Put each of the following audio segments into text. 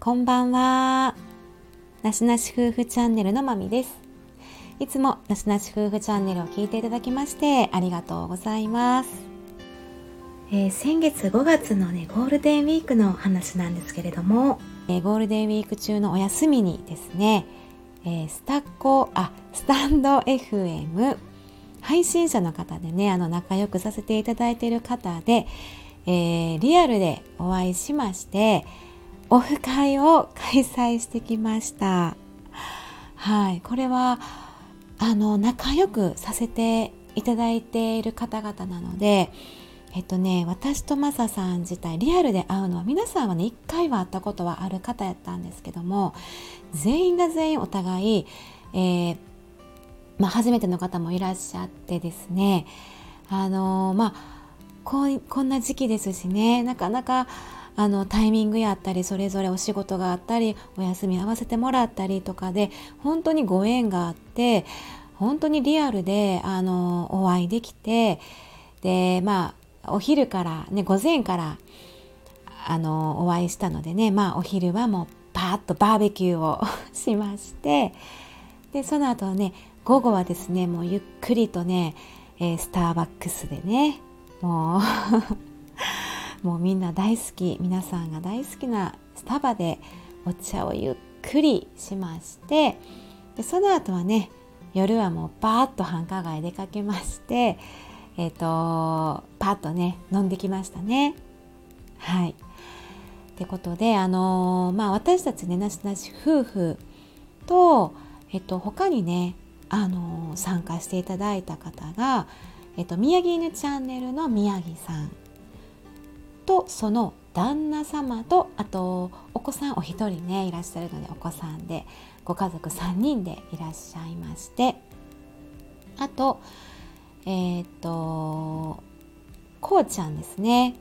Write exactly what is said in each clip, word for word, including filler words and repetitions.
こんばんは。なしなし夫婦チャンネルのまみです。いつもなしなし夫婦チャンネルを聞いていただきましてありがとうございます。えー、先月ごがつのねゴールデンウィークの話なんですけれども、えー、ゴールデンウィーク中のお休みにですね、えー、スタコあスタンド エフエム 配信者の方でね、あの仲良くさせていただいている方で、えー、リアルでお会いしまして、オフ会を開催してきました。はい、これはあの仲良くさせていただいている方々なので、えっとね私とマサさん自体リアルで会うのは皆さんはねいっかいは会ったことはある方やったんですけども、全員が全員お互い、えーまあ、初めての方もいらっしゃってですね、あのー、まあこうこんな時期ですしね、なかなかあのタイミングやったり、それぞれお仕事があったりお休み合わせてもらったりとかで本当にご縁があって、本当にリアルであのお会いできて、でまあお昼からね午前からあのお会いしたのでね、まあお昼はもうパーッとバーベキューをしまして、でその後はね午後はですねもうゆっくりとね、えー、スターバックスでねもうもうみんな大好き、皆さんが大好きなスタバでお茶をゆっくりしまして、でその後はね夜はもうパーッと繁華街出かけまして、えーとパーッとね飲んできましたね。はい。ってことで、あのー、まあ私たちねなしなし夫婦と、えっと他にね、あのー、参加していただいた方が、えっと宮城犬チャンネルの宮城さんとその旦那様と、あとお子さんお一人ねいらっしゃるので、お子さんでご家族さんにんでいらっしゃいまして、あとえっ、とこうちゃんですね、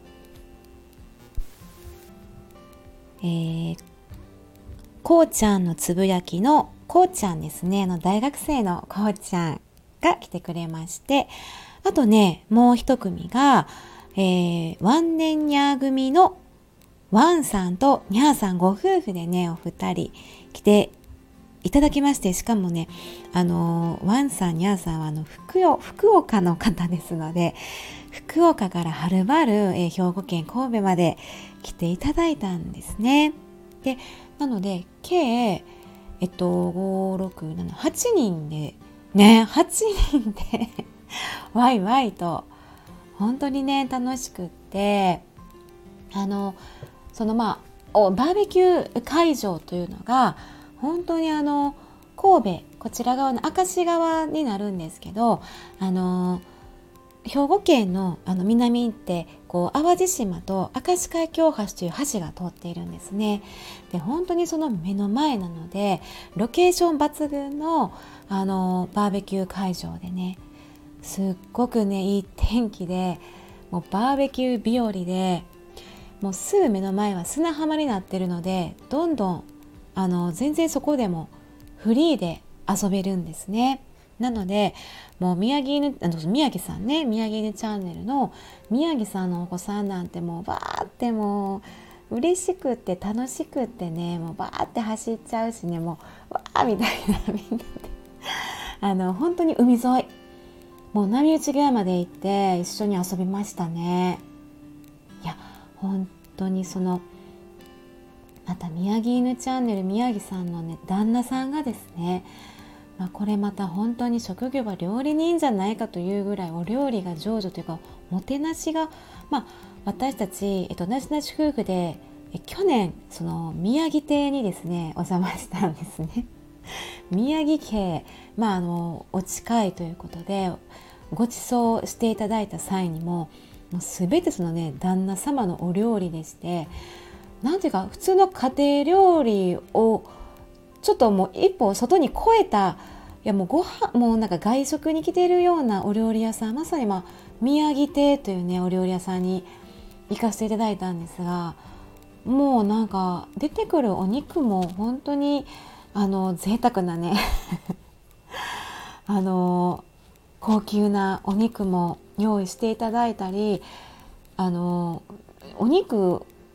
えー、こうちゃんのつぶやきのこうちゃんですね、あの大学生のこうちゃんが来てくれまして、あとねもう一組がえー、ワンネンニャー組のワンさんとニャーさんご夫婦でねお二人来ていただきまして、しかもねあのー、ワンさんニャーさんはあの 福, 福岡の方ですので、福岡からはるばる、えー、兵庫県神戸まで来ていただいたんですね。でなので計えっとご、ろく、なな、はちにんでねはちにんでワイワイと本当にね楽しくって、あのそのまあバーベキュー会場というのが本当にあの神戸こちら側の明石側になるんですけど、あの兵庫県のあの南ってこう淡路島と明石海峡橋という橋が通っているんですね。で本当にその目の前なのでロケーション抜群のあのバーベキュー会場でね、すっごくねいい天気で、もうバーベキュー日和で、もうすぐ目の前は砂浜になってるので、どんどんあの全然そこでもフリーで遊べるんですね。なのでもう宮城犬あの宮城さんね宮城犬チャンネルの宮城さんのお子さんなんてもうバーってもう嬉しくって楽しくってね、もうバーって走っちゃうしね、もうわーみたいなみんなであの本当に海沿いもう波打ち際まで行って一緒に遊びましたね。いや本当にそのまた宮城犬チャンネル宮城さんのね旦那さんがですね、まあ、これまた本当に職業は料理人じゃないかというぐらいお料理が上手というか、もてなしが、まあ、私たち、えっと、なしなし夫婦でえ去年その宮城亭にですねお邪魔したんですね。宮城家、まあ、あのお近いということでご馳走していただいた際にも、もう全てそのね旦那様のお料理でして、なんていうか普通の家庭料理をちょっともう一歩外に超えた、いやもうご飯もうなんか外食に来ているようなお料理屋さん、まさに、まあ、宮城亭というねお料理屋さんに行かせていただいたんですが、もうなんか出てくるお肉も本当にあの贅沢なねあの高級なお肉も用意していただいたり、あのお肉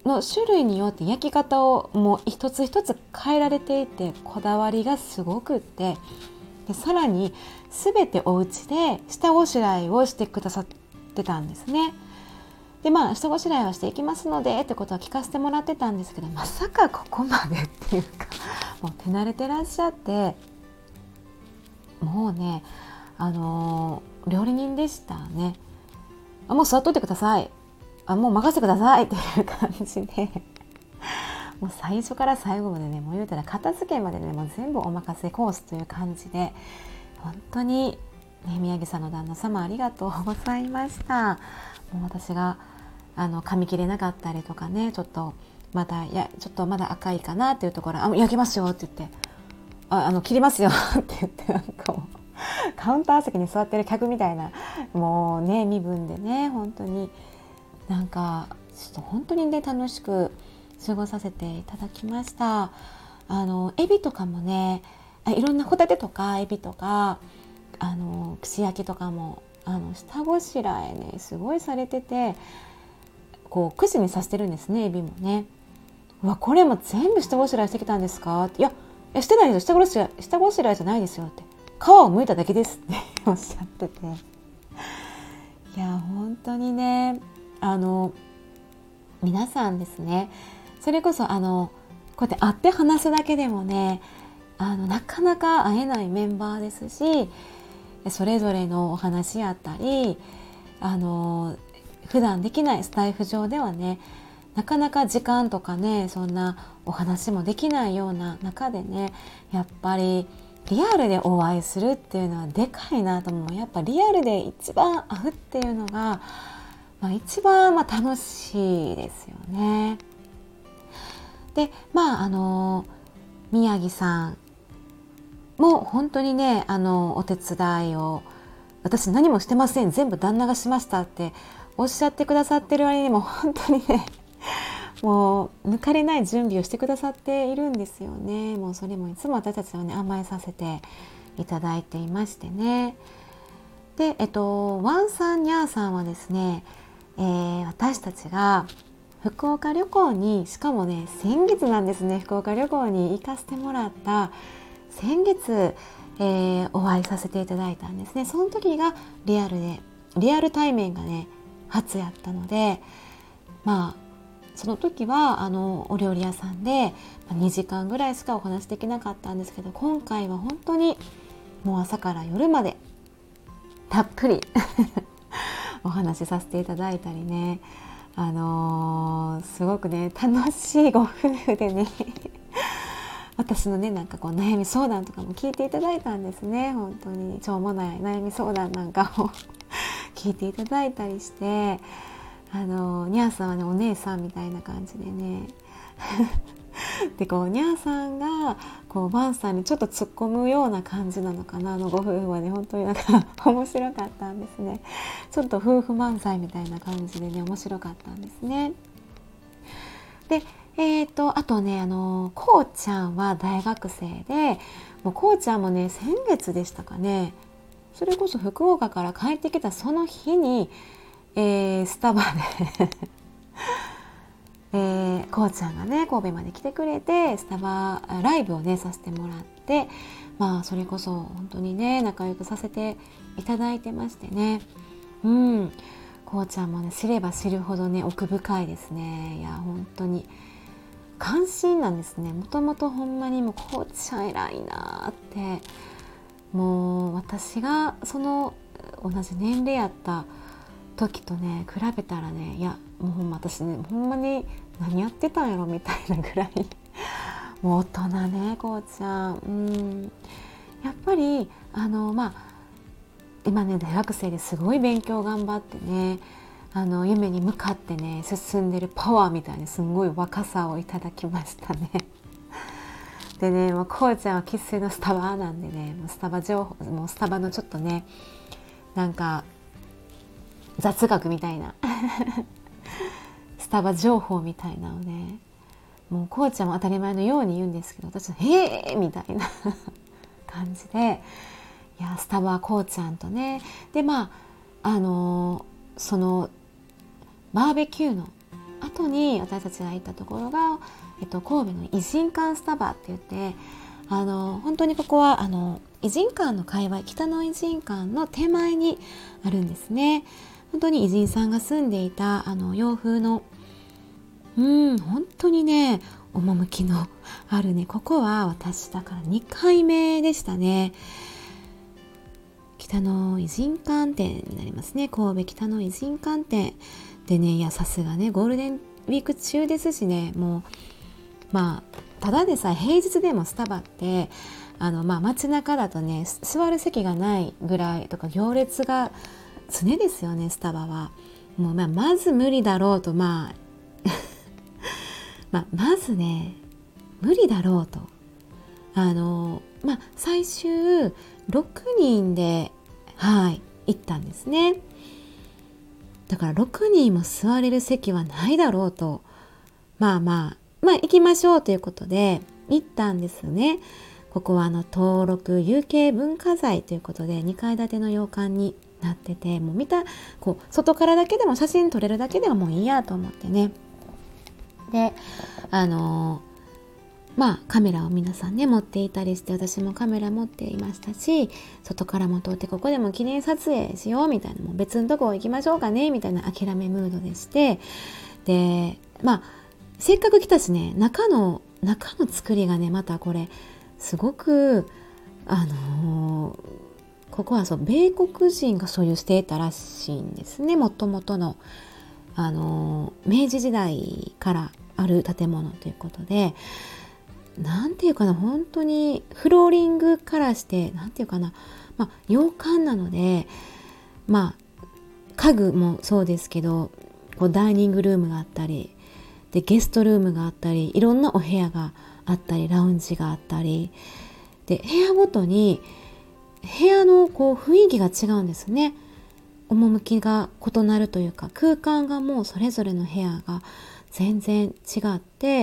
の種類によって焼き方をもう一つ一つ変えられていて、こだわりがすごくって、でさらに全てお家で下ごしらえをしてくださってたんですね。でまあ下ごしらえはしていきますのでってことは聞かせてもらってたんですけど、まさかここまでっていうかもう手慣れてらっしゃって、もうねあのー、料理人でしたね。あもう座っといてください、あもう任せてくださいっていう感じでもう最初から最後までね、もう言うたら片付けまでねもう全部お任せコースという感じで、本当に、ね、宮城さんの旦那様ありがとうございました。もう私があの噛み切れなかったりとかね、ちょっとまだいやちょっとまだ赤いかなっていうところ、あ焼きますよって言って、ああの切りますよって言って、なんかもうカウンター席に座ってる客みたいな、もうね身分でね、本当になんかちょっと本当にね楽しく過ごさせていただきました。あのエビとかもね、いろんなホタテとかエビとかあの串焼きとかもあの下ごしらえねすごいされてて、こう串に刺してるんですね、エビもね。うわこれも全部下ごしらえしてきたんですかって、いやいやしてないですよ、下ごしらえ下ごしらえじゃないですよって、皮を剥いただけですっておっしゃってて、いや本当にねあの皆さんですね、それこそあのこうやって会って話すだけでもね、あのなかなか会えないメンバーですし、それぞれのお話やったり、あの普段できないスタイフ上ではねなかなか時間とかねそんなお話もできないような中でね、やっぱりリアルでお会いするっていうのはでかいなと思う。やっぱリアルで一番会うっていうのが、まあ、一番まあ楽しいですよね。でまああの宮城さんも本当にねあのお手伝いを、私何もしてません全部旦那がしましたっておっしゃってくださってる割にも本当にねもう抜かれない準備をしてくださっているんですよね。もうそれもいつも私たちはね甘えさせていただいていましてね。で、えっと、ワンさんニャーさんはですね、えー、私たちが福岡旅行に、しかもね先月なんですね、福岡旅行に行かせてもらった先月、えー、お会いさせていただいたんですね。その時がリアルでリアル対面がね初やったので、まあその時はあのお料理屋さんでにじかんぐらいしかお話できなかったんですけど、今回は本当にもう朝から夜までたっぷりお話しさせていただいたりね、あのー、すごくね楽しいご夫婦でね私のねなんかこう悩み相談とかも聞いていただいたんですね。本当にしょうもない悩み相談なんかを聞いていただいたりして、あのニャーさんはねお姉さんみたいな感じでねでこうニャーさんがこうバンさんにちょっと突っ込むような感じなのかな、あのご夫婦はね本当になんか面白かったんですね。ちょっと夫婦漫才みたいな感じでね面白かったんですね。でえーとあとねあのこうちゃんは大学生で、もうこうちゃんもね先月でしたかね、それこそ福岡から帰ってきたその日に、えー、スタバでえー、こうちゃんがね神戸まで来てくれてスタバライブをねさせてもらって、まあそれこそ本当にね仲良くさせていただいてましてね、うんこうちゃんもね知れば知るほどね奥深いですね。いや本当に関心なんですね。もともとほんまにもうこうちゃん偉いなって、もう私がその同じ年齢やった時とね比べたらね、いやもうほんま私ねほんまに何やってたんやろみたいなぐらいもう大人ねこうちゃん、うん、やっぱりあのまあ今ね大学生ですごい勉強頑張ってね、あの夢に向かってね進んでるパワーみたいにすごい若さをいただきましたね。でねもうこうちゃんは生粋のスタバなんでね、もうスタバ情報もうスタバのちょっとねなんか雑学みたいなスタバ情報みたいなのね、もうこうちゃんも当たり前のように言うんですけど、私はへーみたいな感じで、いやスタバこうちゃんとね、でまああのー、そのバーベキューの後後に私たちが行ったところが、えっと、神戸の異人館スタバって言って、あの本当にここはあの異人館の界隈、北の異人館の手前にあるんですね。本当に異人さんが住んでいたあの洋風のうん本当にね趣のあるね、ここは私だからにかいめでしたね。北の異人館店になりますね。神戸北の異人館店でね、いやさすがねゴールデンウィーク中ですしね、もうまあただでさえ平日でもスタバってあの、まあ、街中だとね座る席がないぐらいとか行列が常ですよね。スタバはもう、まあ、まず無理だろうと、まあまあ、まずね無理だろうとあの、まあ、最終ろくにんで、はい、行ったんですね。だからろくにんも座れる席はないだろうと、まあまあまあ行きましょうということで行ったんですね。ここはあの登録有形文化財ということでにかい建ての洋館になってて、もう見たこう外からだけでも写真撮れるだけではもういいやと思ってね。であのーまあカメラを皆さんね持っていたりして、私もカメラ持っていましたし、外からも撮ってここでも記念撮影しようみたいな、もう別のとこ行きましょうかねみたいな諦めムードでして、でまあせっかく来たしね、中の中の作りがねまたこれすごくあのー、ここはそう米国人が所有していたらしいんですね。もともとのあのー、明治時代からある建物ということで、なんていうかな、本当にフローリングからしてなんていうかな、まあ、洋館なので、まあ家具もそうですけど、こうダイニングルームがあったりでゲストルームがあったり、いろんなお部屋があったり、ラウンジがあったりで、部屋ごとに部屋のこう雰囲気が違うんですね。趣が異なるというか、空間がもうそれぞれの部屋が全然違って、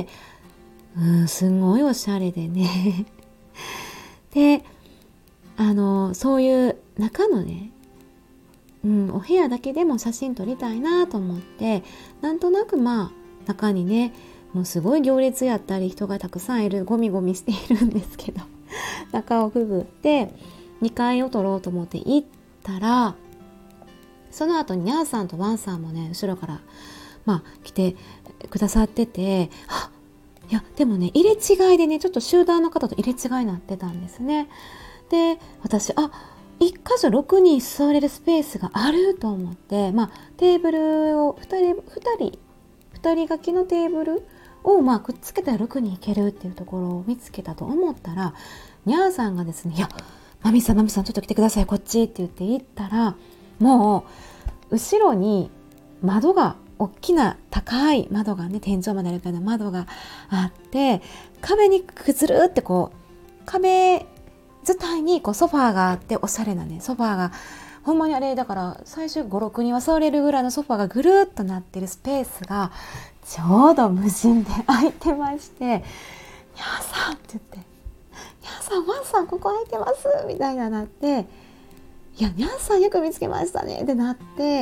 うんすごいおしゃれでねであのそういう中のね、うん、お部屋だけでも写真撮りたいなと思って、なんとなくまあ中にねもうすごい行列やったり人がたくさんいる、ゴミゴミしているんですけど中をくぐってにかいを撮ろうと思って行ったら、その後にニャーさんとワンさんもね後ろからまあ来てくださってて、あいやでもね入れ違いでねちょっと集団の方と入れ違いになってたんですね。で私あ一箇所ろくにん座れるスペースがあると思って、まあ、テーブルをふたりふたりふたり掛けのテーブルをまあくっつけたらろくにんいけるっていうところを見つけたと思ったら、ニャーさんがですね、いやマミさんマミさんちょっと来てくださいこっちって言って行ったら、もう後ろに窓が大きな高い窓がね、天井まであるような窓があって、壁にくずるってこう壁伝いにこうソファーがあって、おしゃれなねソファーがほんまにあれだから最終ごろくにんは座れるぐらいのソファーがぐるっとなってるスペースがちょうど無人で空いてまして、ニャーさんって言って、ニャーさんワンさんここ空いてますみたいななって、いやニャーさんよく見つけましたねってなって、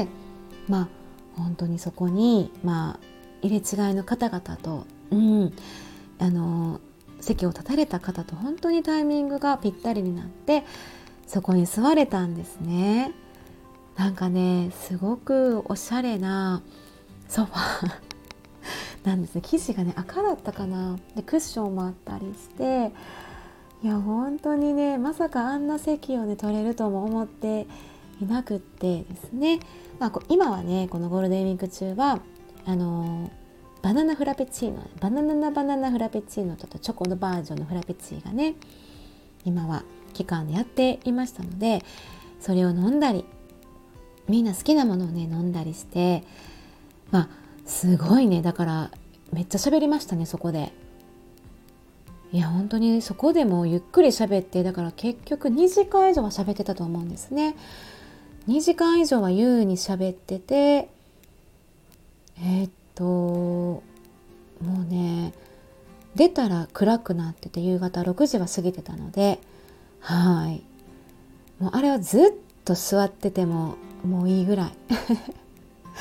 まあ本当にそこに、まあ、入れ違いの方々と、うん、あの席を立たれた方と本当にタイミングがぴったりになってそこに座れたんですね。なんかねすごくおしゃれなソファーなんですね。生地がね赤だったかな、でクッションもあったりして、いや本当にねまさかあんな席をね取れるとも思っていなくってですね、まあ、今はねこのゴールデンウィーク中はあのバナナフラペチーノバナナバナナフラペチーノとチョコのバージョンのフラペチーがね今は期間でやっていましたので、それを飲んだりみんな好きなものをね飲んだりして、まあすごいね、だからめっちゃ喋りましたねそこで。いや本当にそこでもゆっくり喋って、だから結局にじかん以上は喋ってたと思うんですね。にじかん以上は優に喋ってて、えー、っともうね出たら暗くなってて、夕方ろくじは過ぎてたので、はいもうあれはずっと座っててももういいぐらい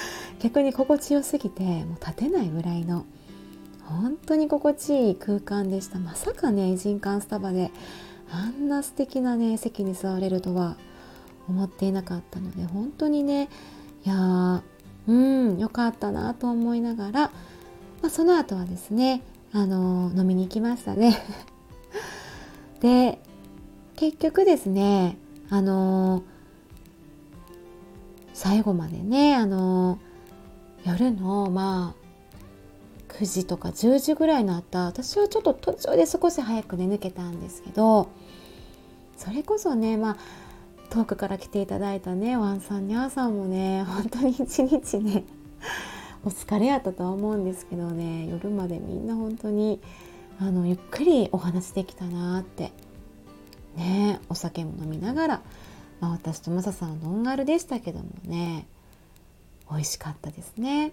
逆に心地よすぎてもう立てないぐらいの本当に心地いい空間でした。まさかね異人館スタバであんな素敵なね席に座れるとは思っていなかったので、本当にねいやーうんよかったなと思いながら、まあ、その後はですねあのー、飲みに行きましたねで結局ですねあのー、最後までねあのー、夜のまあくじとかじゅうじぐらいのあった、私はちょっと途中で少し早くね抜けたんですけど、それこそねまあ遠くから来ていただいたねワンさんにゃーさんもね本当に一日ねお疲れやったとは思うんですけどね、夜までみんな本当にあのゆっくりお話できたなってね、お酒も飲みながら、まあ、私とマサさんはノンアルでしたけどもね美味しかったですね。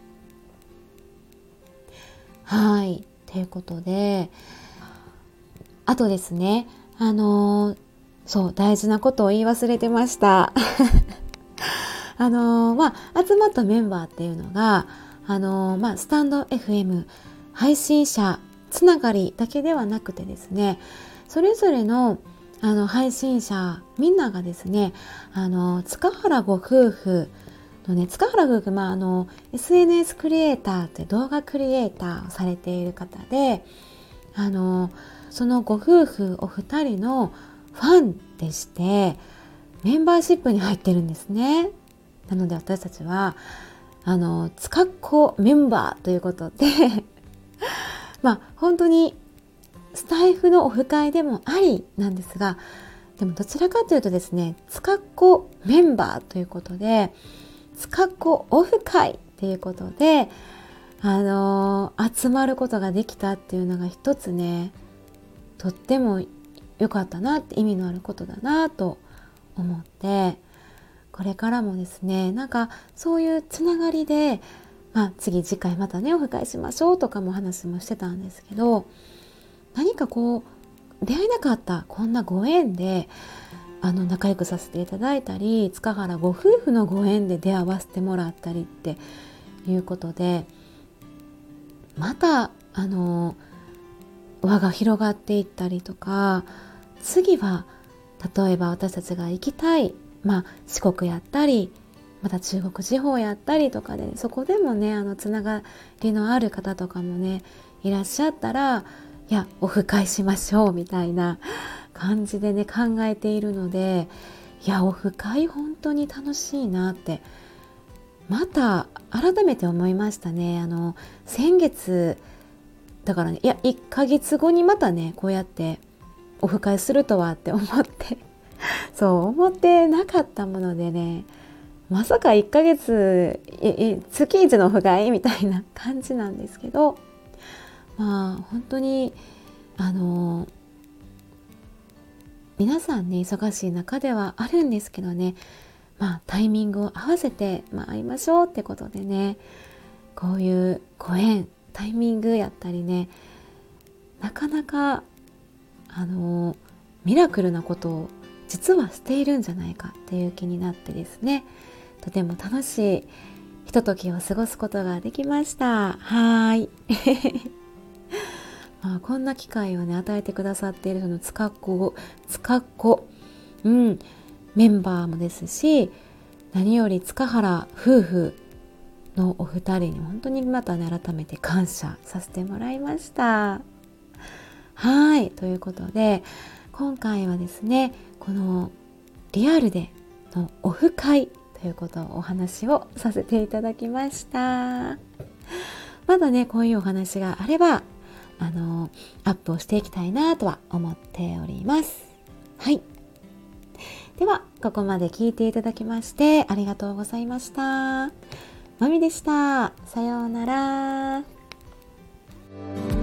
はいということで、あとですねあのー、そう大事なことを言い忘れてましたあのー、まあ集まったメンバーっていうのがあのー、まあスタンド エフエム 配信者つながりだけではなくてですね、それぞれのあの配信者みんながですねあの塚原ご夫婦のね塚原夫婦、まあ、あの エスエヌエス クリエイターって動画クリエイターをされている方で、あのそのご夫婦お二人のファンでしてメンバーシップに入ってるんですね。なので私たちはあの塚っ子メンバーということでまあ本当にスタイフのオフ会でもありなんですが、でもどちらかというとですね塚っ子メンバーということで塚っ子オフ会っていうことで、あのー、集まることができたっていうのが一つねとっても良かったなって、意味のあることだなと思って、これからもですねなんかそういうつながりで、まあ、次次回またねオフ会しましょうとかも話もしてたんですけど、何かこう出会えなかったこんなご縁であの仲良くさせていただいたり、塚原ご夫婦のご縁で出会わせてもらったりっていうことで、またあの輪が広がっていったりとか、次は例えば私たちが行きたい、まあ、四国やったりまた中国地方やったりとかで、そこでもねあのつながりのある方とかもねいらっしゃったら、いやオフ会しましょうみたいな感じでね考えているので、いやオフ会本当に楽しいなってまた改めて思いましたね。あの先月だからね、いやいっかげつごにまたねこうやってオフ会するとはって思ってそう思ってなかったものでね、まさかいっかげつ月いちのオフ会みたいな感じなんですけど、まあ本当にあの皆さんね忙しい中ではあるんですけどね、まあタイミングを合わせて、まあ、会いましょうってことでね、こういうご縁タイミングやったりね、なかなかあのミラクルなことを実はしているんじゃないかっていう気になってですね、とても楽しいひとときを過ごすことができました。はい、まあ、こんな機会をね与えてくださっているその塚っ子塚っ子、うん、メンバーもですし、何より塚原夫婦のお二人に本当にまたね改めて感謝させてもらいました。はいということで今回はですねこのリアルでのオフ会ということをお話をさせていただきました。まだねこういうお話があればあのアップをしていきたいなとは思っております。はい、ではここまで聞いていただきましてありがとうございました。まみでした。さようなら。